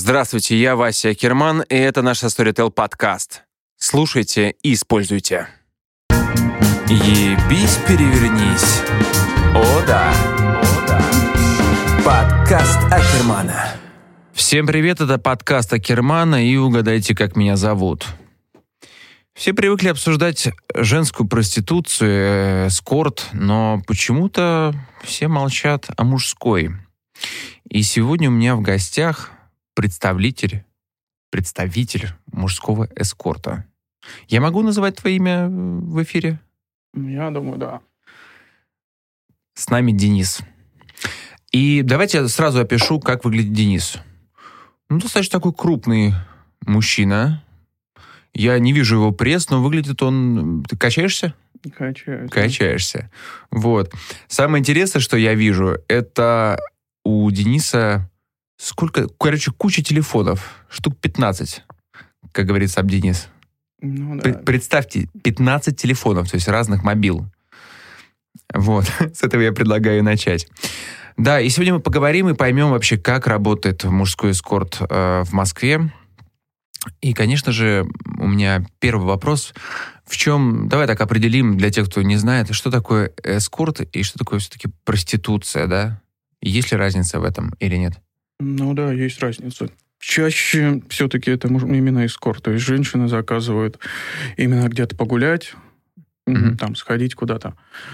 Здравствуйте, я Вася Акерман, и это наш Storytel подкаст. Слушайте и используйте. Ебись, перевернись. О да. Подкаст Акермана. Всем привет, это подкаст Акермана, и угадайте, как меня зовут. Все привыкли обсуждать женскую проституцию, эскорт, но почему-то все молчат о мужской. И сегодня у меня в гостях представитель мужского эскорта. Я могу называть твое имя в эфире? Я думаю, да. С нами Денис. И давайте я сразу опишу, как выглядит Денис. Достаточно такой крупный мужчина. Я не вижу его пресс, но выглядит он... Ты качаешься? Качаюсь. Качаешься. Вот. Самое интересное, что я вижу, это у Дениса куча телефонов. Штук 15, как говорит сам Денис. Ну, да. Представьте, 15 телефонов, то есть разных мобил. Вот. С этого я предлагаю начать. Да, и сегодня мы поговорим и поймем вообще, как работает мужской эскорт в Москве. И, конечно же, у меня первый вопрос. Давай так определим для тех, кто не знает, что такое эскорт и что такое все-таки проституция, да? Есть ли разница в этом или нет? Ну да, есть разница. Чаще все-таки это именно эскорт. То есть женщины заказывают именно где-то погулять, там сходить куда-то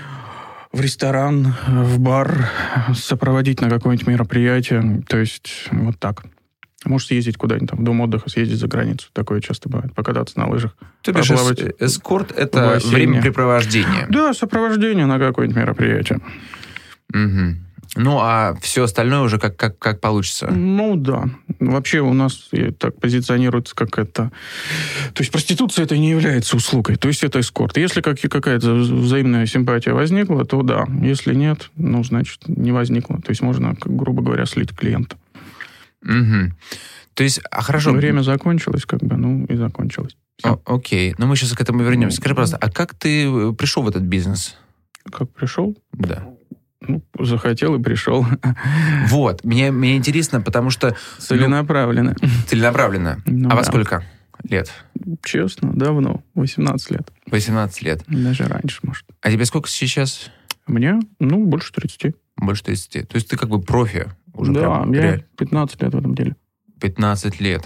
в ресторан, в бар, сопроводить на какое-нибудь мероприятие. То есть вот так. Может съездить куда-нибудь, там, в дом отдыха, съездить за границу. Такое часто бывает. Покататься на лыжах. То бишь эскорт — это времяпрепровождение. Да, сопровождение на какое-нибудь мероприятие. Угу. Ну, а все остальное уже как получится. Ну, да. Вообще у нас так позиционируется, как это... То есть проституция это не является услугой. То есть это эскорт. Если какая-то взаимная симпатия возникла, то да. Если нет, значит, не возникла. То есть можно, грубо говоря, слить клиента. Угу. То есть, хорошо. Время закончилось, и закончилось. Окей. Но мы сейчас к этому вернемся. Скажи, пожалуйста, а как ты пришел в этот бизнес? Как пришел? Да. Захотел и пришел. Вот. Мне интересно, потому что... Целенаправленно. Целенаправленно. Во сколько лет? Честно, давно. 18 лет. 18 лет. Даже раньше, может. А тебе сколько сейчас? Мне? Больше 30. Больше 30. То есть ты как бы профи уже? Да, я 15 лет в этом деле. 15 лет.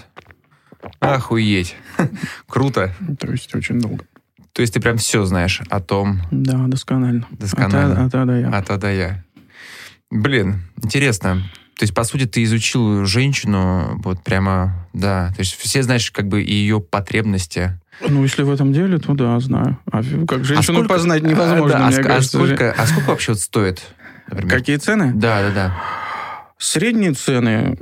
Охуеть. Круто. То есть очень долго. То есть ты прям все знаешь о том... Да, досконально. Досконально. От А до Я. От А до Я. Блин, интересно. То есть, по сути, ты изучил женщину вот прямо... Да, то есть все знаешь как бы ее потребности. Если в этом деле, то да, знаю. А как женщину познать невозможно, мне кажется. Сколько вообще вот стоит, например? Какие цены? Да. Средние цены,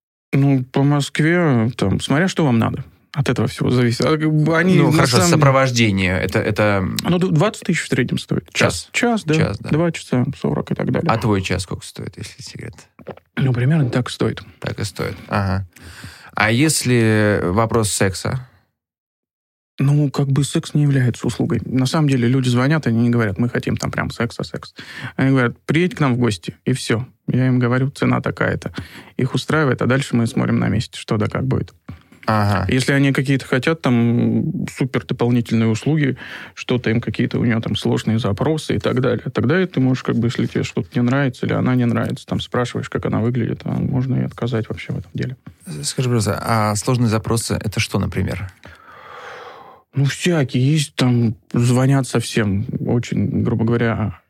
по Москве, смотря что вам надо. От этого всего зависит. Хорошо, сопровождение. Это... 20 тысяч в среднем стоит. Час, да. 2 часа 40 и так далее. А твой час сколько стоит, если секрет? Примерно так стоит. Так и стоит. Ага. А если вопрос секса? Секс не является услугой. На самом деле люди звонят, они не говорят, мы хотим там прям секс. Они говорят, приедь к нам в гости, и все. Я им говорю, цена такая-то. Их устраивает, а дальше мы смотрим на месте, что да как будет. Ага. Если они какие-то хотят там супер дополнительные услуги, что-то им какие-то у нее там сложные запросы и так далее, тогда ты можешь если тебе что-то не нравится или она не нравится, там спрашиваешь, как она выглядит, а можно и отказать вообще в этом деле. Скажи, пожалуйста, а сложные запросы это что, например? Всякие. Есть там, звонят совсем очень, грубо говоря,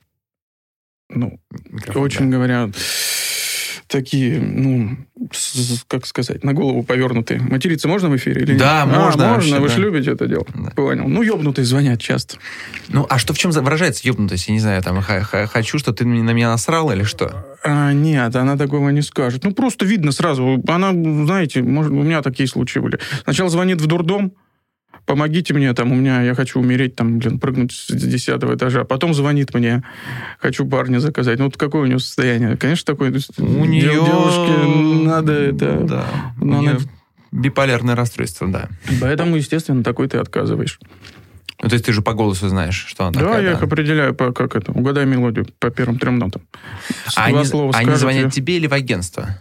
говоря, такие, как сказать, на голову повернутые. Материться можно в эфире или нет? Да, можно. Можно, вы же любите это дело. Да. Понял. Ёбнутые звонят часто. А что в чем выражается ёбнутость? Я не знаю, хочу, что ты на меня насрал или что? Нет, она такого не скажет. Просто видно сразу. Она, знаете, у меня такие случаи были. Сначала звонит в дурдом, помогите мне, я хочу умереть, прыгнуть с 10-го этажа. Потом звонит мне, хочу парня заказать. Какое у него состояние? Конечно, такое. У нее... Девушке надо это... Да, у нее биполярное расстройство, да. Поэтому, естественно, такой ты отказываешь. То есть ты же по голосу знаешь, что она такая. Да, я их определяю, угадай мелодию по первым 3 нотам. Они звонят тебе или в агентство?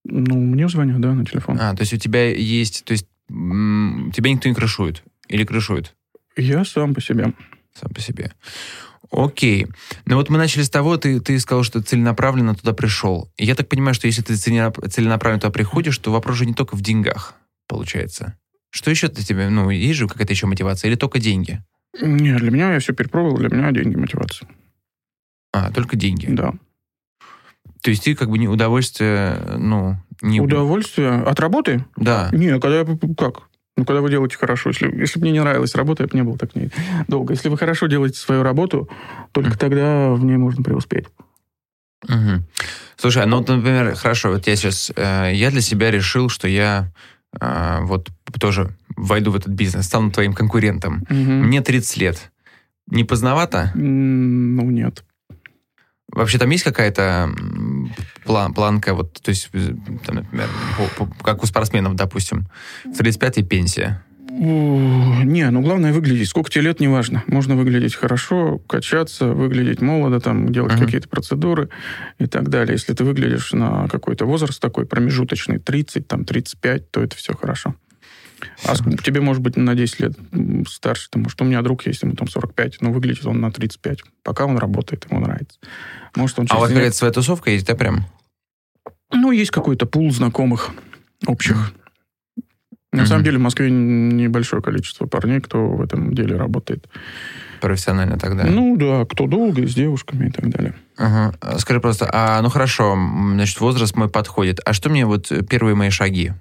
Ну, мне звонят, да, на телефон. То есть у тебя есть... То есть тебя никто не крышует? Или крышует? Я сам по себе. Сам по себе. Окей. Ну вот мы начали с того, ты сказал, что целенаправленно туда пришел. И я так понимаю, что если ты целенаправленно туда приходишь, то вопрос же не только в деньгах, получается. Что еще для тебя? Ну, есть же какая-то еще мотивация? Или только деньги? Нет, для меня я все перепробовал, для меня деньги мотивация. Только деньги? Да. То есть ты как бы не удовольствие, не... Удовольствие от работы? Да. Не, как? Ну, когда вы делаете хорошо. Если бы мне не нравилась работа, я бы не был так долго. Если вы хорошо делаете свою работу, только тогда в ней можно преуспеть. Угу. Слушай, например, хорошо, вот я сейчас... Я для себя решил, что я вот тоже войду в этот бизнес, стану твоим конкурентом. Угу. Мне 30 лет. Не поздновато? Ну, нет. Вообще там есть какая-то планка, вот, то есть, там, например, как у спортсменов, допустим, в 35-й пенсия? Не, главное выглядеть. Сколько тебе лет, неважно. Можно выглядеть хорошо, качаться, выглядеть молодо, там, делать какие-то процедуры и так далее. Если ты выглядишь на какой-то возраст такой промежуточный, 30, там, 35, то это все хорошо. А тебе, может быть, на 10 лет старше. Может, у меня друг есть, ему там 45, но выглядит он на 35. Пока он работает, ему нравится. Может, он у вас какая-то своя тусовка есть, да, прям? Есть какой-то пул знакомых общих. На самом деле в Москве небольшое количество парней, кто в этом деле работает. Профессионально тогда? Да, кто долго, с девушками и так далее. Скажи просто, хорошо, значит, возраст мой подходит. А что мне вот первые мои шаги?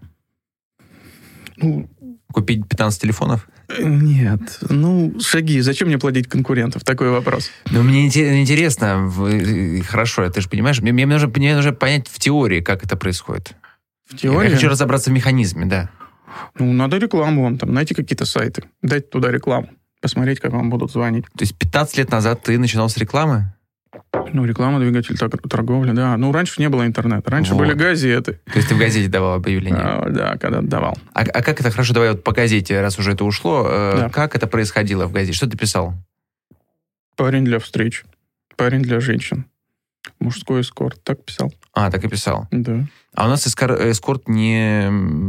Купить 15 телефонов? Нет. Шаги. Зачем мне плодить конкурентов? Такой вопрос. Мне интересно. Хорошо, ты же понимаешь, мне нужно понять в теории, как это происходит. В теории? Я хочу разобраться в механизме, да. Надо рекламу вам там. Найти какие-то сайты. Дать туда рекламу. Посмотреть, как вам будут звонить. То есть 15 лет назад ты начинал с рекламы? Реклама, двигатель торговли, да. Раньше не было интернета. Раньше были газеты. То есть ты в газете давал объявления? Да, когда-то давал. А как это хорошо? Давай вот по газете, раз уже это ушло. Да. Как это происходило в газете? Что ты писал? Парень для встреч. Парень для женщин. Мужской эскорт. Так писал. Так и писал? Да. А у нас эскорт не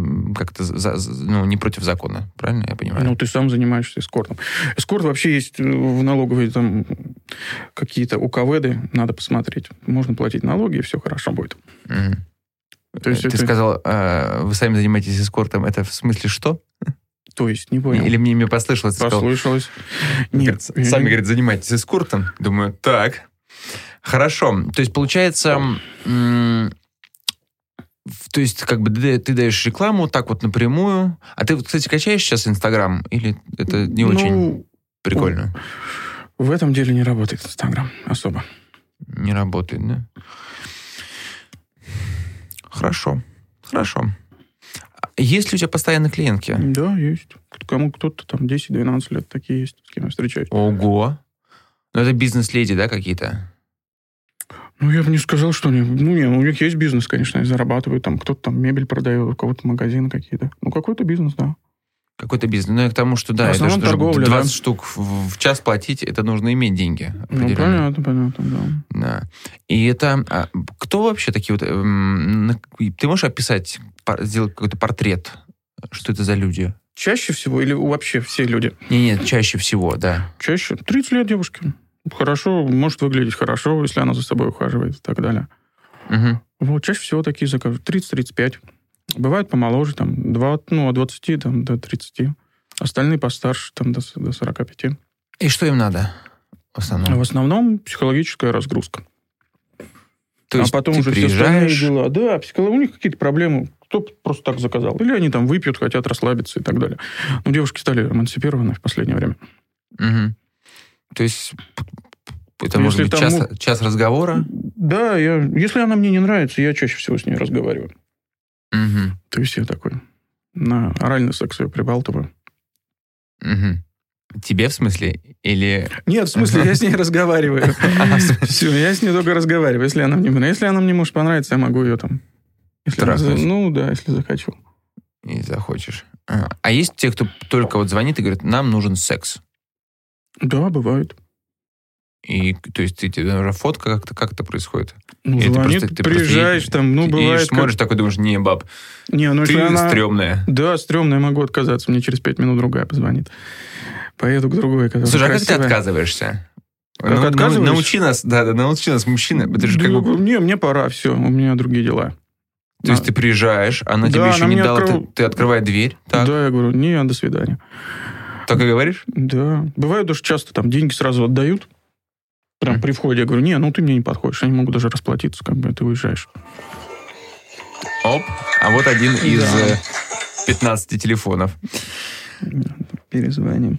против закона, правильно я понимаю? Ты сам занимаешься эскортом. Эскорт вообще есть в налоговой, там какие-то УКВДы, надо посмотреть. Можно платить налоги, и все хорошо будет. То есть ты сказал, вы сами занимаетесь эскортом, это в смысле что? То есть, не понял. Или мне послышалось? Послышалось. Нет. Сами, говорит, занимаетесь эскортом. Думаю, так. Хорошо. То есть, получается... То есть, как бы ты даешь рекламу так вот напрямую. А ты, кстати, качаешь сейчас Инстаграм? Или это не очень прикольно? В этом деле не работает Инстаграм особо. Не работает, да? Хорошо. Есть ли у тебя постоянные клиентки? Да, есть. Кто-то там 10-12 лет такие есть, с кем я встречаюсь. Ого! Это бизнес-леди, да, какие-то? Я бы не сказал, что они... у них есть бизнес, конечно, и зарабатывают. Там кто-то там мебель продает, у кого-то магазины какие-то. Какой-то бизнес, да. Какой-то бизнес. Я к тому, что да, в основном это торговля, 20 штук в час платить, это нужно иметь деньги. Понятно, да. И это... кто вообще такие вот... Ты можешь описать, сделать какой-то портрет? Что это за люди? Чаще всего или вообще все люди? Нет, чаще всего, да. Чаще? 30 лет девушке. Хорошо, может выглядеть хорошо, если она за собой ухаживает и так далее. Чаще всего такие заказы. 30-35. Бывает помоложе, там, от 20 там, до 30. Остальные постарше, там, до 45. И что им надо в основном? В основном психологическая разгрузка. То есть потом ты уже приезжаешь... все остальные дела. Да, у них какие-то проблемы. Кто просто так заказал. Или они там выпьют, хотят расслабиться и так далее. Девушки стали эмансипированы в последнее время. То есть это может быть час разговора? Да, если она мне не нравится, я чаще всего с ней разговариваю. То есть я такой на оральный секс ее прибалтываю. Тебе в смысле? Или... Нет, в смысле, я с ней разговариваю. Все, я с ней только разговариваю. Если она мне может понравиться, я могу ее там... если захочу. И захочешь. А есть те, кто только вот звонит и говорит, нам нужен секс? Да, бывает. И, то есть, тебе уже фотка как это происходит? Ну, или звонит, ты приезжаешь, там, ну, бывает... И смотришь такой, думаешь, не, баб, не, ну, ты она... стрёмная. Да, стрёмная, могу отказаться. Мне через 5 минут другая позвонит. Поеду к другой, которая Слушай, красивая. а как ты отказываешься? Как отказываюсь? Научи нас, научи нас, мужчина. Это же Да, как бы... мне пора, все, у меня другие дела. То есть ты приезжаешь, она Да, тебе еще она не мне дала, открыла- ты открывай дверь. Так. Да, я говорю, не, до свидания. Так и говоришь? Да. Бывает даже часто, там, деньги сразу отдают. Прям при входе я говорю, не, ну ты мне не подходишь. Они могут даже расплатиться, как бы ты уезжаешь. Оп, а вот один из Да. 15 телефонов. Перезвоним.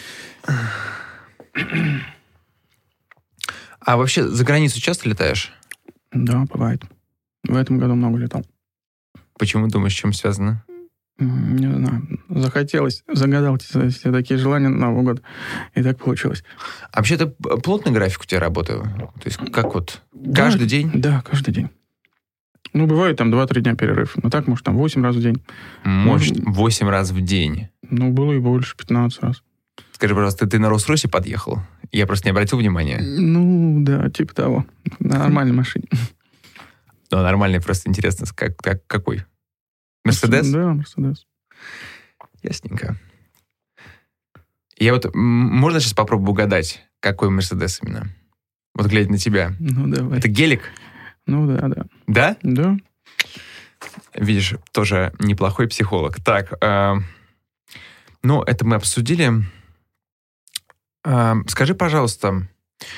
А вообще за границу часто летаешь? Да, бывает. В этом году много летал. Почему думаешь, с чем связано? Не знаю. Захотелось, загадал все такие желания на Новый год. И так получилось. А вообще это плотный график у тебя работы? То есть как вот каждый день? Да, каждый день. Ну, бывает там 2-3 дня перерыв. Но так, может, там 8 раз в день. Может, 8 раз в день. Ну, было и больше, 15 раз. Скажи, пожалуйста, ты на Роллс-Ройсе подъехал? Я просто не обратил внимания. Ну, да, типа того. На нормальной машине. Ну, нормальный, просто интересно, какой? Мерседес? Да, Мерседес. Ясненько. Я вот... Можно сейчас попробую угадать, какой Мерседес именно? Вот глядя на тебя. Ну, давай. Это гелик? Ну, да, да. Да? Да. Видишь, тоже неплохой психолог. Так, ну, это мы обсудили. Скажи, пожалуйста,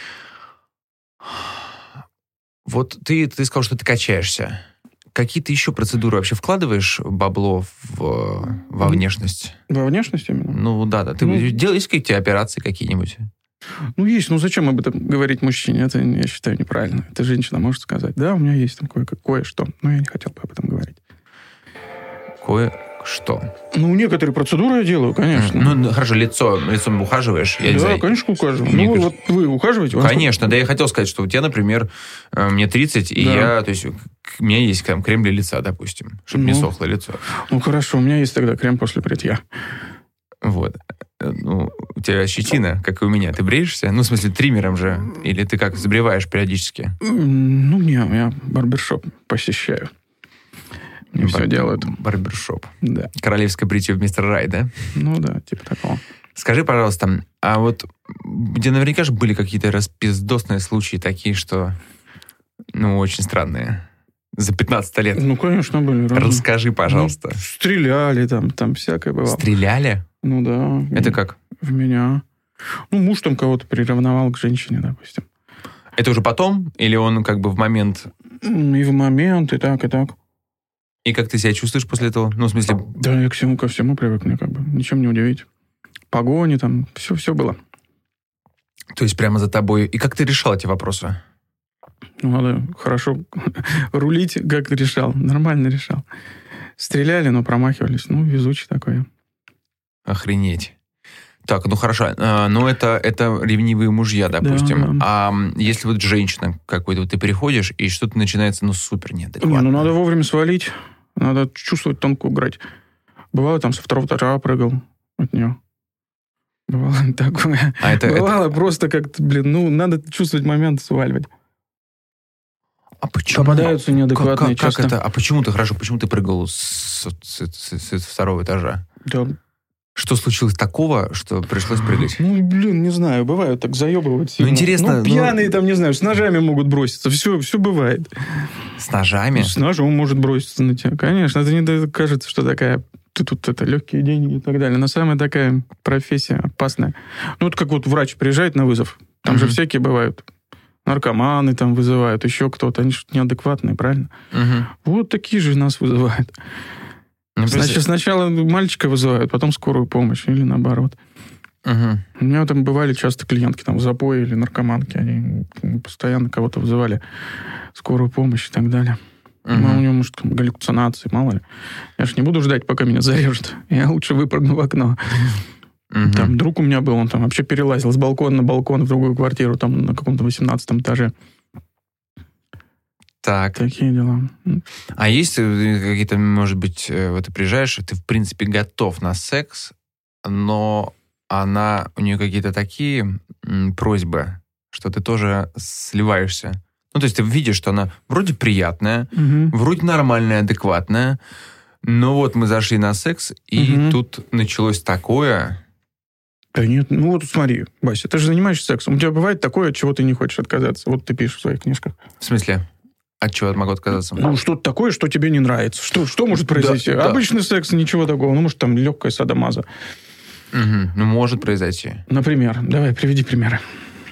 вот ты сказал, что ты качаешься. Какие ты еще процедуры вообще вкладываешь бабло во внешность? Во внешность именно? Ну, да. Ты делаешь какие-то операции какие-нибудь? Ну, есть. Ну, зачем об этом говорить мужчине? Это, я считаю, неправильно. Это женщина может сказать. Да, у меня есть там кое-что. Но я не хотел бы об этом говорить. Кое-что? Ну, некоторые процедуры я делаю, конечно. Ну, хорошо, лицом ухаживаешь? Я не Да, знаю. конечно, ухаживаю. Мне Ну, кажется- вот вы ухаживаете? Конечно, да, я хотел сказать, что у тебя, например, мне 30, и Да. то есть, у меня есть там крем для лица, допустим, чтобы не Ну. сохло лицо. Ну, хорошо, у меня есть тогда крем после бритья. Вот. Ну, у тебя щетина, как и у меня. Ты бреешься? Ну, в смысле, триммером же? Или ты как, сбриваешь периодически? Ну, не, я барбершоп посещаю. Мне все делают. Барбершоп. Да. Королевское бритье в мистер Рай, да? Ну, да, типа такого. Скажи, пожалуйста, а вот где наверняка же были какие-то распиздосные случаи такие, что, ну, очень странные. За 15 лет. Ну, конечно, были разные. Расскажи, пожалуйста. Ну, стреляли там всякое бывало. Стреляли? Ну, да. Это как? В меня. Ну, муж там кого-то приревновал к женщине, допустим. Это уже потом? Или он как бы в момент... И в момент, и так, и так. И как ты себя чувствуешь после этого? Ну, в смысле... Да, я ко всему привык, мне как бы ничем не удивить. Погони там, все было. То есть прямо за тобой... И как ты решал эти вопросы? Ну, надо хорошо рулить, как решал. Нормально решал. Стреляли, но промахивались. Ну, везучий такой. Охренеть. Так, ну хорошо. Ну, это ревнивые мужья, допустим. Да. А если вот женщина какой-то, вот ты приходишь, и что-то начинается, ну, супер неадекватно. Не, ну надо вовремя свалить. Надо чувствовать тонкую грань. Бывало, там со второго этажа прыгал от нее. Бывало такое. А это... Бывало просто как-то, ну, надо чувствовать момент, сваливать. А почему? Попадаются неадекватные как часто. это? А почему ты прыгал с второго этажа? Да. Что случилось такого, что пришлось прыгать? Ну, не знаю, бывают так заебывают сильно. интересно, Ну, пьяные там, не знаю, с ножами могут броситься. Все бывает. С ножами? Ну, с ножом может броситься на тебя. Конечно, это не кажется, что такая... Ты тут легкие деньги и так далее. Но самая такая профессия опасная. Ну, вот как вот врач приезжает на вызов. Там же всякие бывают. Наркоманы там вызывают, еще кто-то. Они что-то неадекватные, правильно? Вот такие же нас вызывают. Значит, сначала мальчика вызывают, потом скорую помощь. Или наоборот. У меня там бывали часто клиентки там в запое или наркоманки. Они постоянно кого-то вызывали. Скорую помощь и так далее. У него, может, галлюцинации, мало ли. Я же не буду ждать, пока меня зарежут. Я лучше выпрыгну в окно. Там друг у меня был, он там вообще перелазил с балкона на балкон в другую квартиру, там на каком-то 18 этаже. Так. Такие дела. А есть какие-то, может быть, вот ты приезжаешь, ты, в принципе, готов на секс, но у нее какие-то такие просьбы, что ты тоже сливаешься. Ну, то есть ты видишь, что она вроде приятная, вроде нормальная, адекватная, но вот мы зашли на секс, и тут началось такое... Да нет, ну вот смотри, Бася, ты же занимаешься сексом. У тебя бывает такое, от чего ты не хочешь отказаться? Вот ты пишешь в своих книжках. В смысле? От чего я могу отказаться? Ну, что-то такое, что тебе не нравится. Что может произойти? Да. Обычный секс, ничего такого. Ну, может, там легкая садомаза. Ну, может произойти. Например. Давай, приведи примеры.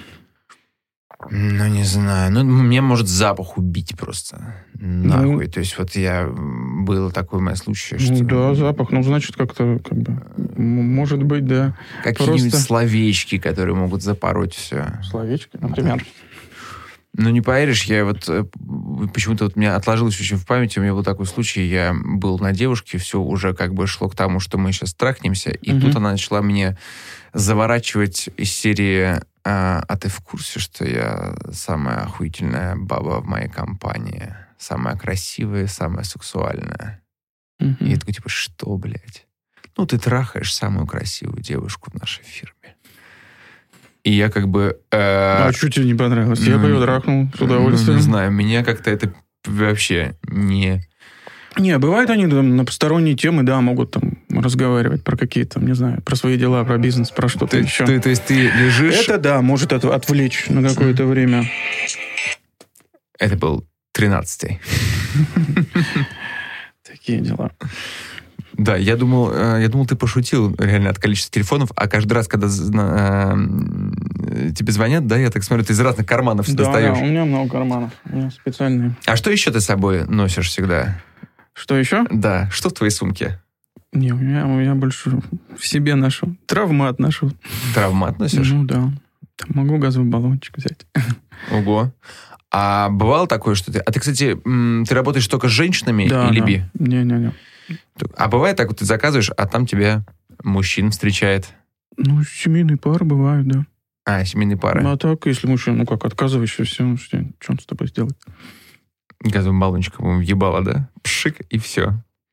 Ну, не знаю. Ну, мне может запах убить просто. Нахуй. То есть вот был такой мой случай, что... Ну, да, запах. Ну, значит, как-то, может быть, да. Какие-нибудь словечки, которые могут запороть все. Словечки, например. Ну, не поверишь, я вот... Почему-то вот у меня отложилось очень в памяти, у меня был такой случай, я был на девушке, все уже как бы шло к тому, что мы сейчас трахнемся, и тут она начала мне заворачивать из серии «А ты в курсе, что я самая охуительная баба в моей компании? Самая красивая, самая сексуальная». И я такой, типа, что, блядь? Ну, ты трахаешь самую красивую девушку в нашей фирме. И я как бы... А что тебе не понравилось? Я бы ее трахнул с удовольствием. Не знаю, меня как-то это вообще не... Не, бывает, они там на посторонние темы, да, могут там разговаривать про какие-то, не знаю, про свои дела, про бизнес, про что-то еще. То есть ты лежишь... Это, да, может отвлечь на какое-то время. Это был 13-й. Такие дела. Да, я думал, ты пошутил реально от количества телефонов, а каждый раз, когда тебе звонят, да, я так смотрю, ты из разных карманов все достаешь. Да, у меня много карманов, у меня специальные. А что еще ты с собой носишь всегда? Что еще? Да, что в твоей сумке? Не, у меня больше в себе ношу. Травмат ношу. Травмат носишь? Ну да. Там могу газовый баллончик взять. Ого. А бывало такое, что ты... А ты, кстати, ты работаешь только с женщинами или би? Не. А бывает так, вот ты заказываешь, а там тебя мужчин встречает? Ну, семейные пары бывают, да. А, семейные пары. Ну, а так, если мужчина, отказываешься, все, что он с тобой сделает? Газовым баллончиком ему въебало, да? Пшик, и все.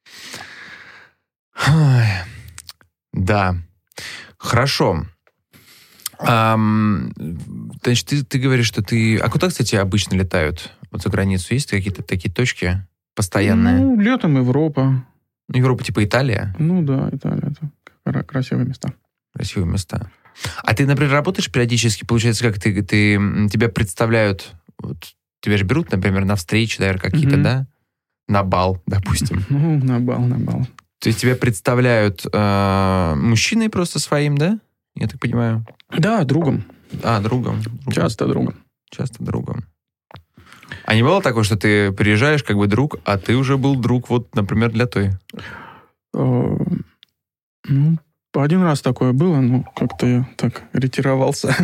Да. Хорошо. Значит, ты говоришь, что ты... А куда, кстати, обычно летают? Вот за границу есть какие-то такие точки постоянные? Ну, летом Европа. Европа типа Италия? Ну да, Италия. Это красивые места. Красивые места. А ты, например, работаешь периодически? Получается, как тебя представляют... Вот, тебя же берут, например, на встречи, наверное, какие-то, да? На бал, допустим. Ну, на бал. То есть тебя представляют мужчиной просто своим, да? Я так понимаю. Да, другом. А, другом. Часто другом. А не было такого, что ты приезжаешь как бы друг, а ты уже был друг, вот, например, для той? Ну, один раз такое было, но как-то я так ретировался.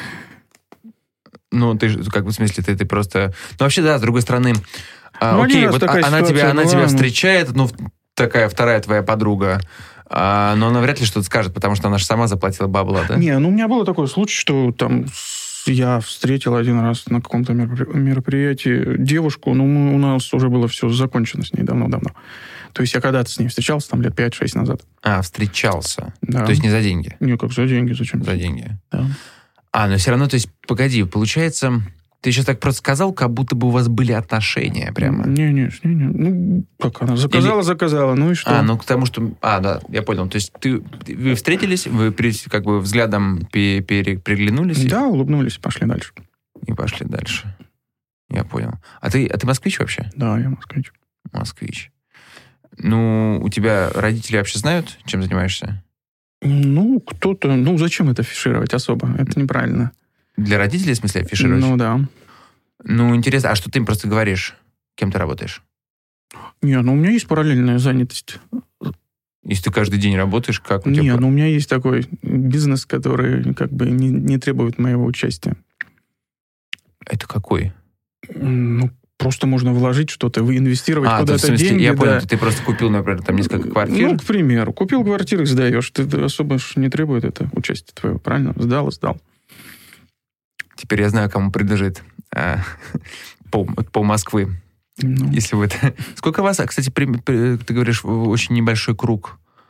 Ну, ты как бы в смысле, ты просто... Ну, вообще, да, с другой стороны... окей, вот она тебя встречает, ну, такая вторая твоя подруга, но она вряд ли что-то скажет, потому что она же сама заплатила бабла, да? Не, ну, у меня был такой случай, что там я встретил один раз на каком-то мероприятии девушку, но у нас уже было все закончено с ней давно-давно. То есть я когда-то с ней встречался, там, лет 5-6 назад. А, встречался? Да. То есть не за деньги? Не, как за деньги, зачем? За деньги. Да. Но все равно, то есть, погоди, получается... Ты сейчас так просто сказал, как будто бы у вас были отношения прямо. Не. Ну, как она заказала, ну и что? Ну к тому, что... да, я понял. То есть вы встретились, вы как бы взглядом приглянулись? Да, улыбнулись, пошли дальше. И пошли дальше. Я понял. А ты москвич вообще? Да, я москвич. Москвич. Ну, у тебя родители вообще знают, чем занимаешься? Ну, кто-то... Ну, зачем это афишировать особо? Это неправильно. Для родителей, в смысле, афишировать? Ну, да. Ну, интересно, а что ты им просто говоришь? Кем ты работаешь? Не, ну, у меня есть параллельная занятость. Если ты каждый день работаешь, как у тебя... Не, ну, у меня есть такой бизнес, который как бы не требует моего участия. Это какой? Ну, просто можно вложить что-то, инвестировать куда-то в смысле, деньги. Я понял, ты просто купил, например, там несколько квартир? Ну, к примеру, купил квартиру, сдаешь. Ты особо не требует это участия твоего, правильно? Сдал. Теперь я знаю, кому принадлежит пол Москвы. Ну. Если вы это... Сколько вас, кстати, ты говоришь, очень небольшой круг.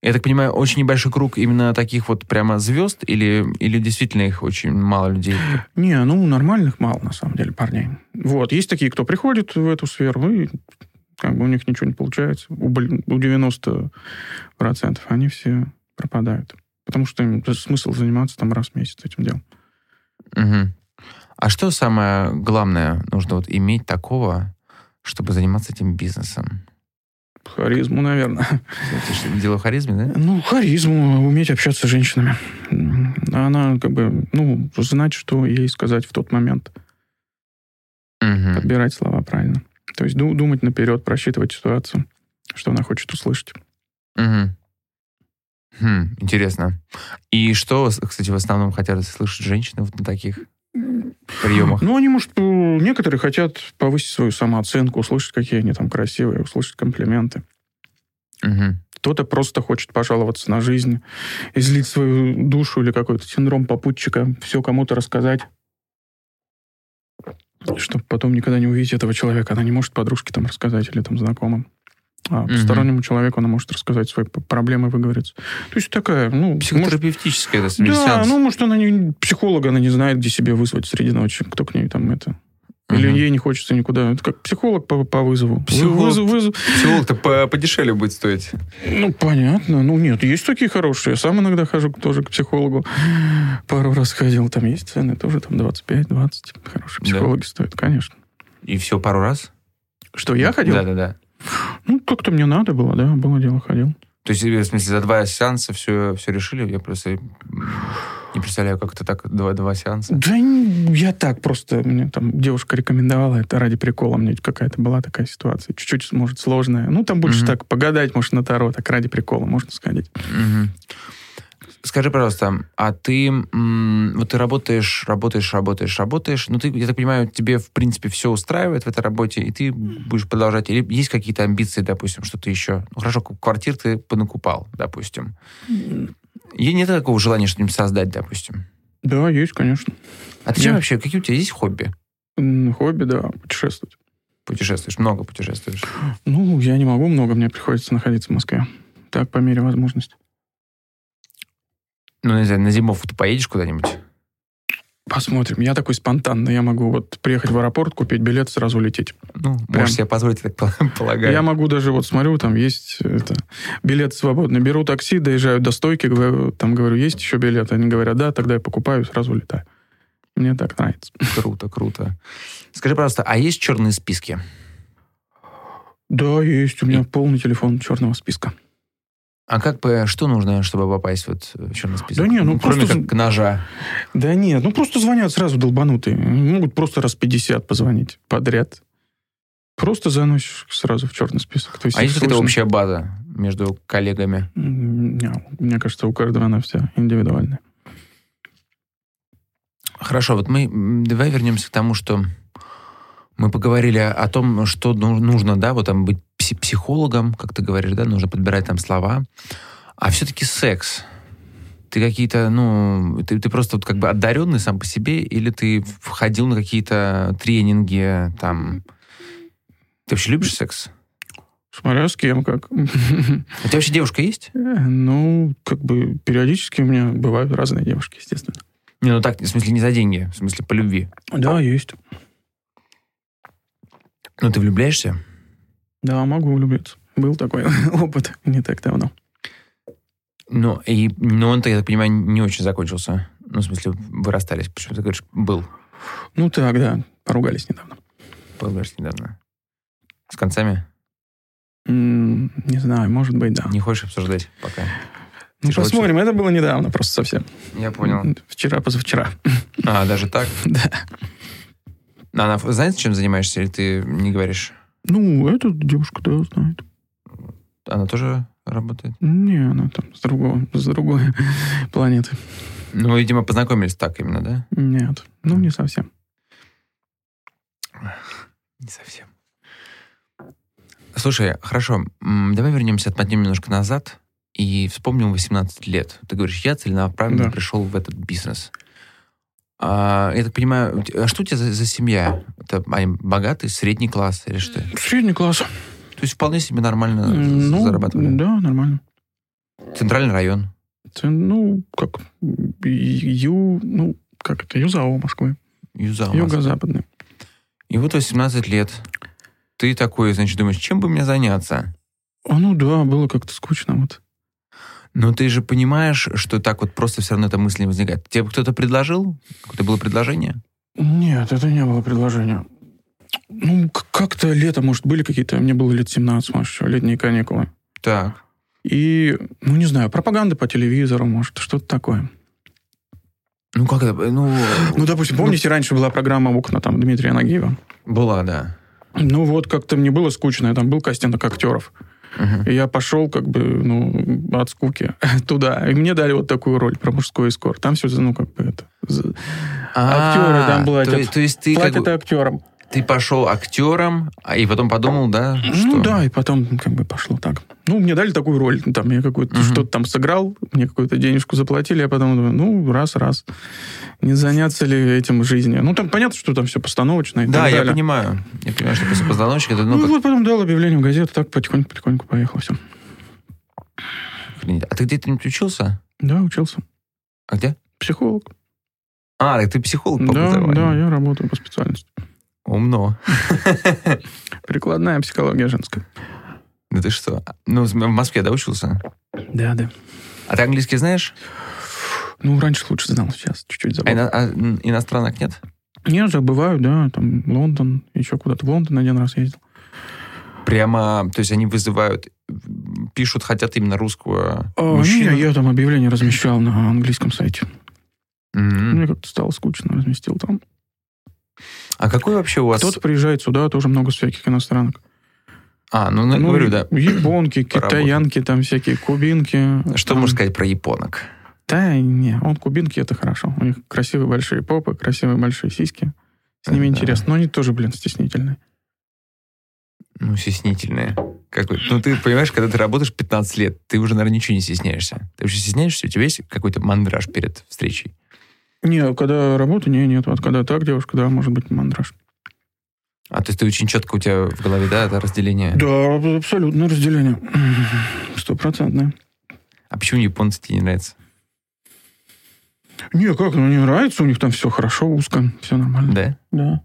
Я так понимаю, очень небольшой круг именно таких вот прямо звезд, или действительно их очень мало людей? Не, нормальных мало, на самом деле, парней. Вот, есть такие, кто приходит в эту сферу, и как бы у них ничего не получается. У 90% они все пропадают. Потому что им смысл заниматься там раз в месяц этим делом. Угу. А что самое главное нужно вот иметь такого, чтобы заниматься этим бизнесом? Харизму, наверное. Дело в харизме, да? Харизму, уметь общаться с женщинами. Она как бы, знать, что ей сказать в тот момент. Угу. Подбирать слова правильно. То есть думать наперед, просчитывать ситуацию, что она хочет услышать. Угу. Интересно. И что, кстати, в основном хотят слышать женщины вот на таких приемах? Они, может, некоторые хотят повысить свою самооценку, услышать, какие они там красивые, услышать комплименты. Угу. Кто-то просто хочет пожаловаться на жизнь, излить свою душу или какой-то синдром попутчика, все кому-то рассказать, чтобы потом никогда не увидеть этого человека. Она не может подружке там рассказать или там знакомым. А постороннему человеку она может рассказать свои проблемы, выговориться. То есть такая, психотерапевтическая, может, это сеанс. может, она психолога, она не знает, где себе вызвать среди ночи, кто к ней там это... Или ей не хочется никуда. Это как психолог по вызову. Психолог-то подешевле будет стоить. Понятно. Нет, есть такие хорошие. Я сам иногда хожу тоже к психологу. Пару раз ходил. Там есть цены тоже, там 25-20. Хорошие психологи стоят, конечно. И все пару раз? Что, я ходил? Да. Как-то мне надо было, да, было дело, ходил. То есть, в смысле, за 2 сеанса все решили? Я просто не представляю, как это так, 2 сеанса. Да я так просто, мне там девушка рекомендовала, это ради прикола, мне какая-то была такая ситуация, чуть-чуть, может, сложная. Там больше так погадать, может, на таро, так ради прикола можно сходить. Скажи, пожалуйста, а ты работаешь, ты, я так понимаю, тебе, в принципе, все устраивает в этой работе, и ты будешь продолжать, или есть какие-то амбиции, допустим, что-то еще? Хорошо, квартир ты понакупал, допустим. И нет такого желания что-нибудь создать, допустим? Да, есть, конечно. А ты чем вообще, какие у тебя есть хобби? Хобби, да, путешествовать. Путешествуешь, много путешествуешь? Я не могу много, мне приходится находиться в Москве. Так, по мере возможности. Не знаю, на зимовку ты поедешь куда-нибудь? Посмотрим. Я такой спонтанный. Я могу приехать в аэропорт, купить билет, сразу лететь. Можешь себе позволить, я так полагаю. Я могу даже, смотрю, там есть билет свободный. Беру такси, доезжаю до стойки, говорю, есть еще билет? Они говорят, да, тогда я покупаю, сразу летаю. Мне так нравится. Круто. Скажи, пожалуйста, а есть черные списки? Да, есть. У меня полный телефон черного списка. А что нужно, чтобы попасть в черный список? Да нет, кроме как ножа. Да нет, просто звонят сразу долбанутые. Могут просто раз 50 позвонить подряд. Просто заносишь сразу в черный список. То есть есть какая-то общая база между коллегами? Мне кажется, у каждого она вся индивидуальная. Хорошо, давай вернемся к тому, что мы поговорили о том, что нужно, да, быть психологом, как ты говоришь, да, нужно подбирать там слова. А все-таки секс. Ты какие-то, ты просто одаренный сам по себе, или ты входил на какие-то тренинги там? Ты вообще любишь секс? Смотря с кем, как. У тебя вообще девушка есть? Периодически у меня бывают разные девушки, естественно. Так, в смысле не за деньги, в смысле по любви. Да, есть. Ты влюбляешься? Да, могу влюбиться. Был такой опыт не так давно. Он, я так понимаю, не очень закончился. В смысле, вы расстались. Почему ты говоришь, был? Так, да. Поругались недавно. С концами? Не знаю, может быть, да. Не хочешь обсуждать пока? Посмотрим. Это было недавно просто совсем. Я понял. Вчера, позавчера. Даже так? Да. Она знает, чем занимаешься, или ты не говоришь? Эта девушка, да, знает. Она тоже работает? Не, она там с другой планеты. Видимо, познакомились так именно, да? Нет, не совсем. Не совсем. Слушай, хорошо, давай вернемся, отмотнем немножко назад и вспомним 18 лет. Ты говоришь, я целенаправленно пришел в этот бизнес. Я так понимаю, а что у тебя за семья? Это они богатый, средний класс или что? Средний класс. То есть вполне себе нормально зарабатывали? Да, нормально. Центральный район. ЮЗАО Москвы. ЮЗАО Юго-западный. И вот 18 лет. Ты такой, значит, думаешь, чем бы мне заняться? Было как-то скучно. Вот. Но ты же понимаешь, что так вот просто все равно эта мысль не возникает. Тебе кто-то предложил? Какое-то было предложение? Нет, это не было предложения. Как-то летом, может, были какие-то... Мне было лет 17, может, еще, летние каникулы. Так. И, не знаю, пропаганда по телевизору, может, что-то такое. Как это? Допустим, помните, раньше была программа «Окна» там Дмитрия Нагиева? Была, да. Как-то мне было скучно, там был кастинг актеров. И я пошел, от скуки туда. И мне дали вот такую роль про мужской эскорт. Там все, актеры там платят. То есть ты платят актерам. Ты пошел актером, и потом подумал, да? И потом пошло так. Мне дали такую роль. Там я что-то там сыграл, мне какую-то денежку заплатили, я потом думаю, раз. Не заняться ли этим в жизни? Там понятно, что там все постановочно. Да, я понимаю. Я понимаю, что после постановочки... потом дал объявление в газету, так потихоньку поехал, все. А ты где-то учился? Да, учился. А где? Психолог. Ты психолог по образованию? Да, я работаю по специальности. Умно. Прикладная психология женская. Да ты что? В Москве, да, учился? Да. А ты английский знаешь? Раньше лучше знал, сейчас чуть-чуть забыл. А иностранок нет? Не, забываю, да. Там Лондон, еще куда-то. В Лондон один раз ездил. Прямо, то есть они вызывают, пишут, хотят именно русского мужчину? Я там объявление размещал на английском сайте. Мне как-то стало скучно, разместил там. А какой вообще у вас... Кто-то приезжает сюда, тоже много всяких иностранок. Говорю, да. Японки, китаянки, там всякие кубинки. Что можно сказать про японок? Да, не, кубинки, это хорошо. У них красивые большие попы, красивые большие сиськи. С ними интересно. Но они тоже, стеснительные. Стеснительные. Ты понимаешь, когда ты работаешь 15 лет, ты уже, наверное, ничего не стесняешься. Ты вообще стесняешься? У тебя есть какой-то мандраж перед встречей? Не, когда работаю, нет. Вот когда так, девушка, да, может быть, мандраж. То есть ты очень четко у тебя в голове, да, это разделение? Да, абсолютно разделение. 100%. А почему японцы тебе не нравятся? Не, не нравится, у них там все хорошо, узко, все нормально. Да? Да.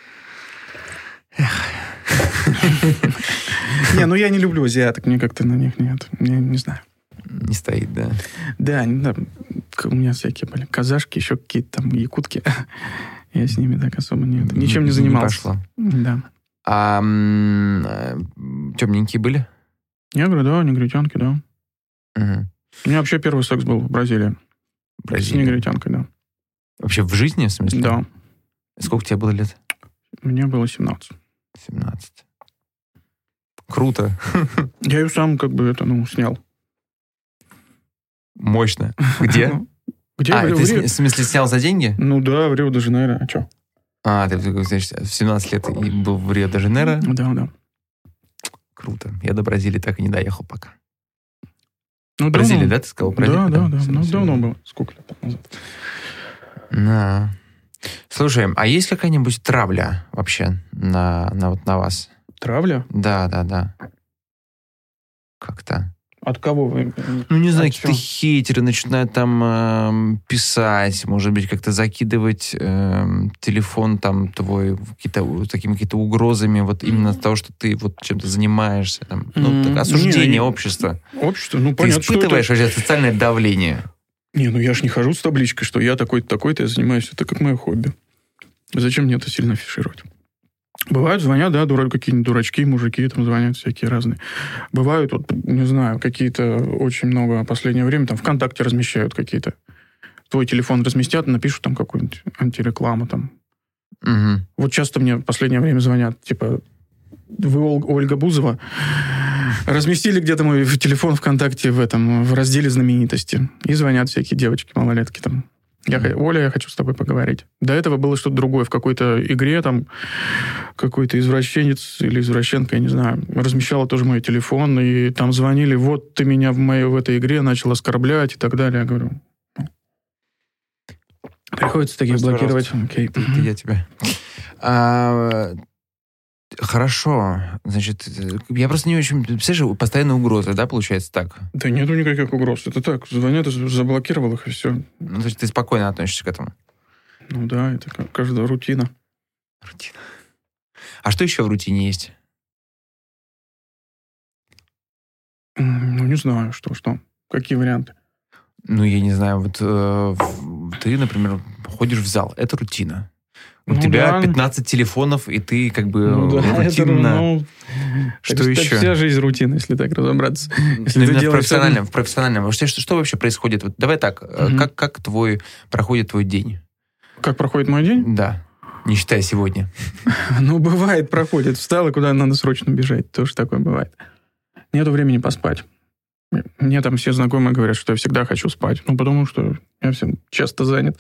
Не, я не люблю азиаток, мне как-то на них нет, я не знаю. Не стоит, да? Да, у меня всякие были казашки, еще какие-то там якутки. Я с ними так особо ничем не занимался. Не пошло. Да. А темненькие были? Негры, да, негритянки, да. Угу. У меня вообще первый секс был в Бразилии. С негритянкой, да. Вообще в жизни, в смысле? Да. Сколько тебе было лет? Мне было 17. 17. Круто. Я ее сам снял. Мощно. Где? Где? Ты в смысле снял за деньги? Да, в Рио-де-Жанейро. А что? Ты, значит, в 17 лет и был в Рио-де-Жанейро? Да. Круто. Я до Бразилии так и не доехал пока. Бразилия, да, ты сказал? Да. Давно было. Сколько лет назад? Слушай, а есть какая-нибудь травля вообще на вас? Травля? Да. Как-то. От кого вы? Не знаю, какие-то хейтеры начинают там писать, может быть, как-то закидывать телефон там твой какими-то угрозами, вот именно того, что ты вот чем-то занимаешься. Там, осуждение общества. Общество, понятно. Ты испытываешь вообще социальное давление? Не, я ж не хожу с табличкой, что я такой-то, такой-то, я занимаюсь. Это как мое хобби. Зачем мне это сильно афишировать? Бывают, звонят, да, какие-нибудь дурачки, мужики там звонят всякие разные. Бывают, не знаю, какие-то очень много в последнее время там ВКонтакте размещают какие-то. Твой телефон разместят, напишут там какую-нибудь антирекламу там. Угу. Вот часто мне в последнее время звонят, типа, вы Ольга Бузова, разместили где-то мой телефон ВКонтакте в разделе знаменитости. И звонят всякие девочки, малолетки там. Оля, я хочу с тобой поговорить. До этого было что-то другое. В какой-то игре там какой-то извращенец или извращенка, я не знаю, размещала тоже мой телефон, и там звонили, вот ты меня в этой игре начал оскорблять и так далее. Я говорю, приходится таких блокировать. Окей. Я тебя. Хорошо. Значит, я просто не очень... Представляешь, постоянная угроза, да, получается так? Да нету никаких угроз. Это так, звонят, заблокировал их, и все. Ну, то есть ты спокойно относишься к этому? Ну да, это каждая рутина. Рутина. А что еще в рутине есть? Ну, не знаю, что. Какие варианты? Ну, я не знаю, вот ты, например, ходишь в зал. Это рутина. У тебя 15 телефонов, и ты как бы рутинно... Что еще? Это вся жизнь рутина, если так разобраться. В профессиональном. Что вообще происходит? Вот давай так, как проходит твой день? Как проходит мой день? Да, не считая сегодня. Ну, бывает, проходит. Встал, и куда надо срочно бежать. Тоже такое бывает. Нету времени поспать. Мне там все знакомые говорят, что я всегда хочу спать. Ну, потому что я всем часто занят.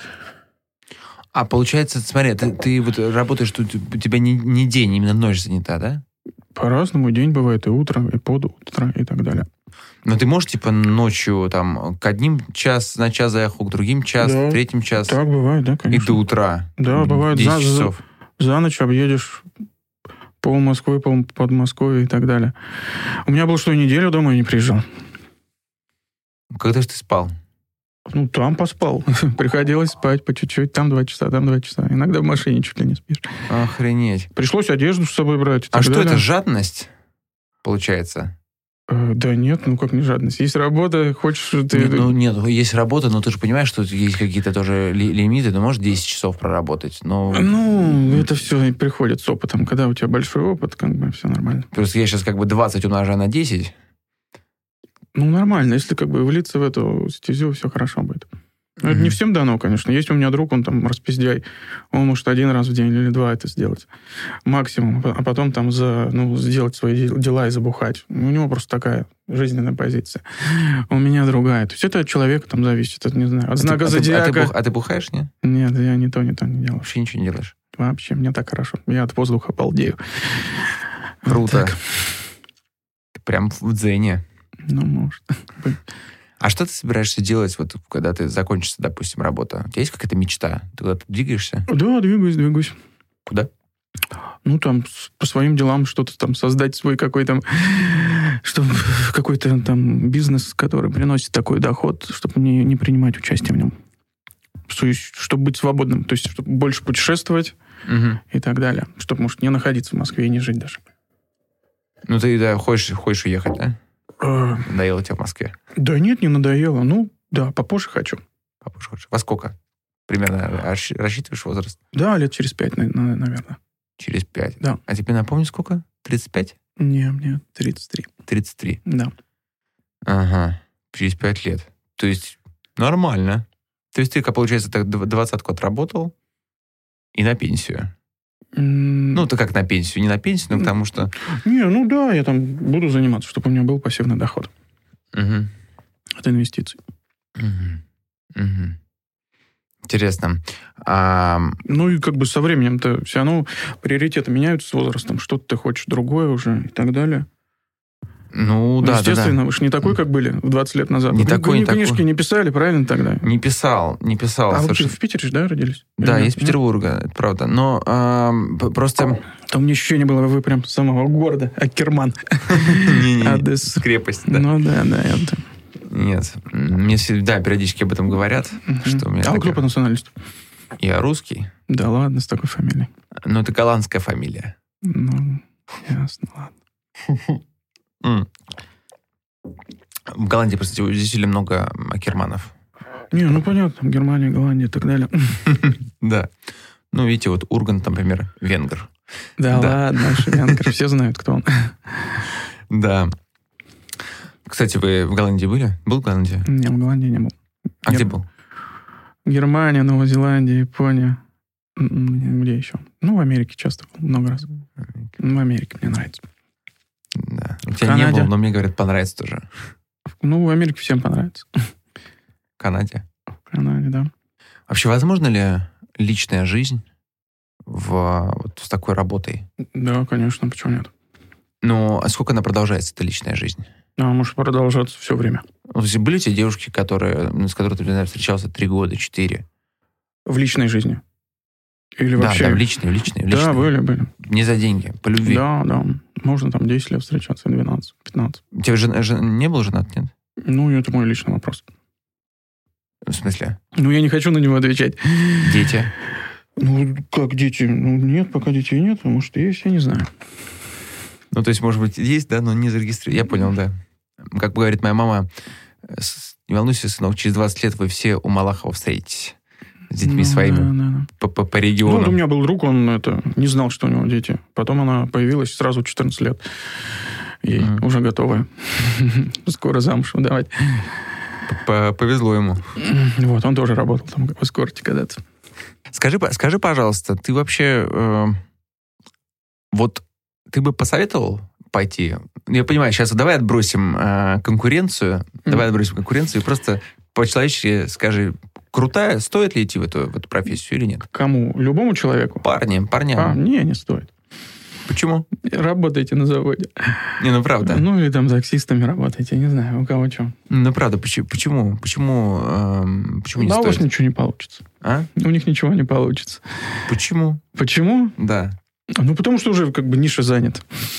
А получается, смотри, ты вот работаешь, тут у тебя не день, именно ночь занята, да? По-разному. День бывает и утро, и под утро, и так далее. Но ты можешь, типа, ночью там к одним на час заехал, к другим час, да, третьим час? Так бывает, да, конечно. И до утра? Да, бывает. 10 часов? За ночь объедешь пол Москвы, пол Подмосковья и так далее. У меня было, что и неделю дома я не приезжал. Когда же ты спал? Ну, там поспал. Приходилось спать по чуть-чуть. Там 2 часа, там 2 часа. Иногда в машине чуть ли не спишь. Охренеть. Пришлось одежду с собой брать. А что это, жадность, получается? Да нет, ну как не жадность. Есть работа, хочешь ты... Нет, есть работа, но ты же понимаешь, что есть какие-то тоже лимиты, ты можешь 10 часов проработать, но... Ну, это все приходит с опытом. Когда у тебя большой опыт, как бы все нормально. Просто я сейчас как бы 20 умножаю на 10. Ну, нормально. Если как бы влиться в эту стезю, все хорошо будет. Но это не всем дано, конечно. Есть у меня друг, он там распиздяй. Он может 1 раз в день или 2 это сделать. Максимум. А потом там сделать свои дела и забухать. У него просто такая жизненная позиция. У меня другая. То есть это от человека там зависит. Это, не знаю, от знака зодиака. А ты бухаешь, нет? Нет, я ни то не делаю. Вообще ничего не делаешь? Вообще, мне так хорошо. Я от воздуха балдею. Круто. Ты прям в дзене. Ну, может. А что ты собираешься делать, вот, когда ты закончится, допустим, работа? У тебя есть какая-то мечта? Ты куда-то двигаешься? Да, двигаюсь. Куда? Ну, там, по своим делам что-то там создать свой какой-то там бизнес, который приносит такой доход, чтобы не принимать участие в нем. Чтобы быть свободным. То есть, чтобы больше путешествовать и так далее. Чтобы, может, не находиться в Москве и не жить даже. Ну, ты, да, хочешь уехать, да? Надоело тебе в Москве? Да нет, не надоело. Ну, да, попозже хочу. Попозже хочешь. Во сколько? Примерно рассчитываешь возраст? Да, лет через 5, наверное. Через 5? Да. А тебе напомни, сколько? 35? Не, мне 33. 33? Да. Ага. Через 5 лет. То есть нормально. То есть ты, как получается, так 20-ку отработал и на пенсию. Ну, ты как на пенсию? Не на пенсию, но потому что... Не, ну да, я там буду заниматься, чтобы у меня был пассивный доход. От инвестиций. Интересно. Ну и как бы со временем-то все равно приоритеты меняются с возрастом. Что-то ты хочешь другое уже и так далее. Ну, да, естественно, вы же не такой, как были в 20 лет назад. Не такой. Книжки не писали, правильно тогда? Не писал. А вы в Питере же, да, родились? Да, я из Петербурга, это правда. Но просто... Там мне ощущение было, вы прям с самого города, Аккерман. Не-не, крепость, да. Ну да, это... Нет. Мне всегда периодически об этом говорят. Что у меня а кто по национальности? Я русский. Да ладно, с такой фамилией. Ну, это голландская фамилия. Ну, ясно, ладно. В Голландии, просто здесь или много Аккерманов. Не, ну понятно, Германия, Голландия и так далее. Да. Ну, видите, вот Ургант, например, венгр. Да ладно, наш венгр, все знают, кто он. Да. Кстати, вы в Голландии были? Был в Голландии? Не, в Голландии не был. А где был? Германия, Новая Зеландия, Япония. Где еще? Ну, в Америке часто был, много раз. В Америке мне нравится. Да. У тебя не было, но мне говорят, понравится тоже. Ну, в Америке всем понравится. В Канаде? В Канаде, да. Вообще, возможно ли личная жизнь вот с такой работой? Да, конечно, почему нет? Ну, а сколько она продолжается, эта личная жизнь? Она может продолжаться все время. Были у тебя девушки, с которыми ты, наверное, встречался 3 года, 4? В личной жизни? Или вообще... Да, в личные. Да, были. Не за деньги, по любви. Да. Можно там 10 лет встречаться, 12, 15. У тебя не был женат, нет? Ну, это мой личный вопрос. В смысле? Ну, я не хочу на него отвечать. Дети? Ну, как дети? Ну, нет, пока детей нет, а может, есть, я не знаю. Ну, то есть, может быть, есть, да, но не зарегистрировано. Я понял, да. Как говорит моя мама, не волнуйся, сынок, через 20 лет вы все у Малахова встретитесь. С детьми своими. Да. По региону. Ну, вот у меня был друг, он не знал, что у него дети. Потом она появилась сразу 14 лет. Ей уже готовая. Скоро замуж выдавать. Повезло ему. Вот, он тоже работал там в эскорте когда-то. Скажи, пожалуйста, ты вообще... вот ты бы посоветовал пойти? Я понимаю, сейчас давай отбросим конкуренцию. Давай отбросим конкуренцию и просто по-человечески скажи, крутая, стоит ли идти в эту профессию или нет? Кому? Любому человеку? Парням. Не стоит. Почему? Работайте на заводе. Не, ну правда. Ну, или там таксистами работайте, не знаю, у кого что. Ну, правда, почему не стоит? У вас ничего не получится. А? У них ничего не получится. Почему? Почему? Да. Ну, потому что уже как бы ниша занята.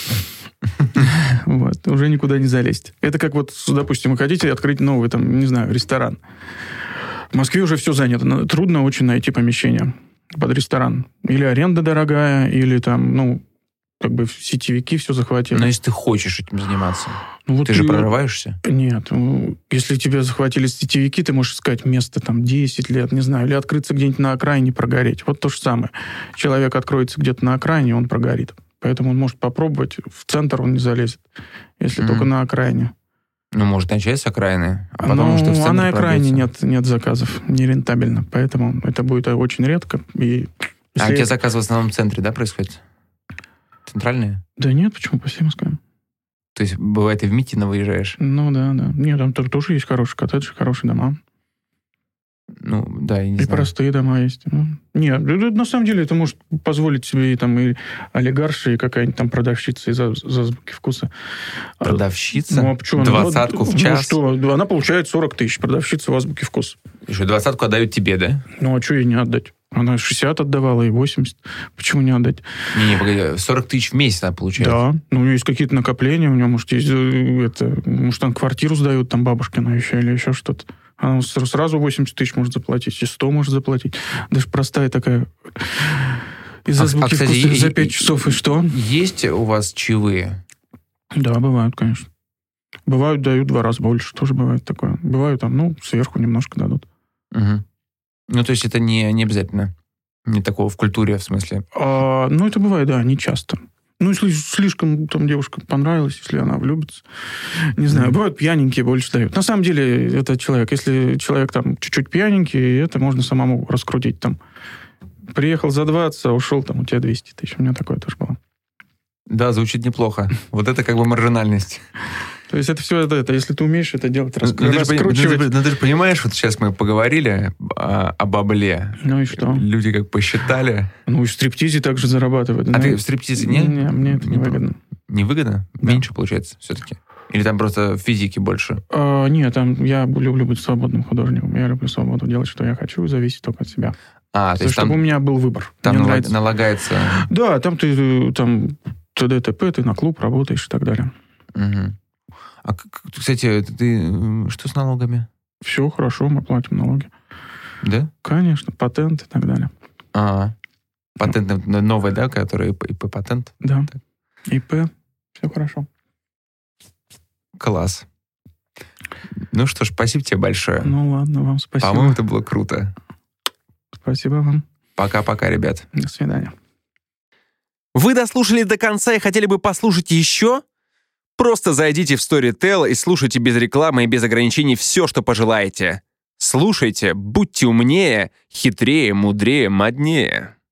Вот, уже никуда не залезть. Это как вот, допустим, вы хотите открыть новый, там, не знаю, ресторан. В Москве уже все занято. Трудно очень найти помещение под ресторан. Или аренда дорогая, или там, ну, как бы сетевики все захватили. Но если ты хочешь этим заниматься, ну, вот ты же прорываешься? Нет. Если тебя захватили сетевики, ты можешь искать место там 10 лет, не знаю, или открыться где-нибудь на окраине, прогореть. Вот то же самое. Человек откроется где-то на окраине, он прогорит. Поэтому он может попробовать, в центр он не залезет, если только на окраине. Ну, может, начать с окраины, а потом что в центр на окраине нет заказов, нерентабельно. Поэтому это будет очень редко. И у тебя заказ в основном в центре, да, происходит? Центральные? Да нет, почему? По всей Москве. То есть, бывает, и в Митино выезжаешь? Ну, да. Нет, там тоже есть хорошие коттеджи, хорошие дома. Ну, да, я не знаю. И простые дома есть. Нет, на самом деле это может позволить себе и олигарша, и какая-нибудь там продавщица из азбуки вкуса. Продавщица? Ну, а что? 20-ку в час? Ну что, она получает 40 тысяч, продавщица в азбуке вкуса. Еще 20-ку отдают тебе, да? Ну, а что ей не отдать? Она 60 отдавала и 80. Почему не отдать? Не, погоди, 40 тысяч в месяц она получает? Да. Ну, у нее есть какие-то накопления, у нее, может, есть может, она квартиру сдает, там, бабушкина еще или еще что-то. Она сразу 80 тысяч может заплатить, и 100 может заплатить. Даже простая такая из азбуки вкуса за 5 часов, и что? Есть у вас чаевые? Да, бывают, конечно. Бывают, дают 2 раза больше, тоже бывает такое. Бывают там, сверху немножко дадут. Угу. Ну, то есть это не обязательно, не такого в культуре, в смысле? Это бывает, да, не часто. Ну, если слишком там девушка понравилась, если она влюбится. Не знаю, бывают пьяненькие, больше дают. На самом деле, это человек. Если человек там чуть-чуть пьяненький, это можно самому раскрутить. Там, приехал за 20, а ушел, там, у тебя 200 тысяч. У меня такое тоже было. Да, звучит неплохо. Вот это как бы маржинальность. То есть это все это, если ты умеешь это делать, раскручивать. Ну, ты же понимаешь, вот сейчас мы поговорили о бабле. Ну и что? Люди как посчитали. Ну и в стриптизе также зарабатывают. А ты в стриптизе не? Не, мне это не выгодно. Не выгодно? Да. Меньше получается все-таки? Или там просто физики больше? Нет, там я люблю быть свободным художником. Я люблю свободу делать, что я хочу, зависит только от себя. То есть чтобы у меня был выбор. Там налагается... Да, там ты ТД-ТП, ты на клуб работаешь и так далее. Угу. А, кстати, ты что с налогами? Все хорошо, мы платим налоги. Да? Конечно, патент и так далее. Патент новый, да, который ИП-патент? Да. Так. ИП, все хорошо. Класс. Ну что ж, спасибо тебе большое. Ну ладно, вам спасибо. По-моему, это было круто. Спасибо вам. Пока-пока, ребят. До свидания. Вы дослушали до конца и хотели бы послушать еще? Просто зайдите в Storytel и слушайте без рекламы и без ограничений все, что пожелаете. Слушайте, будьте умнее, хитрее, мудрее, моднее.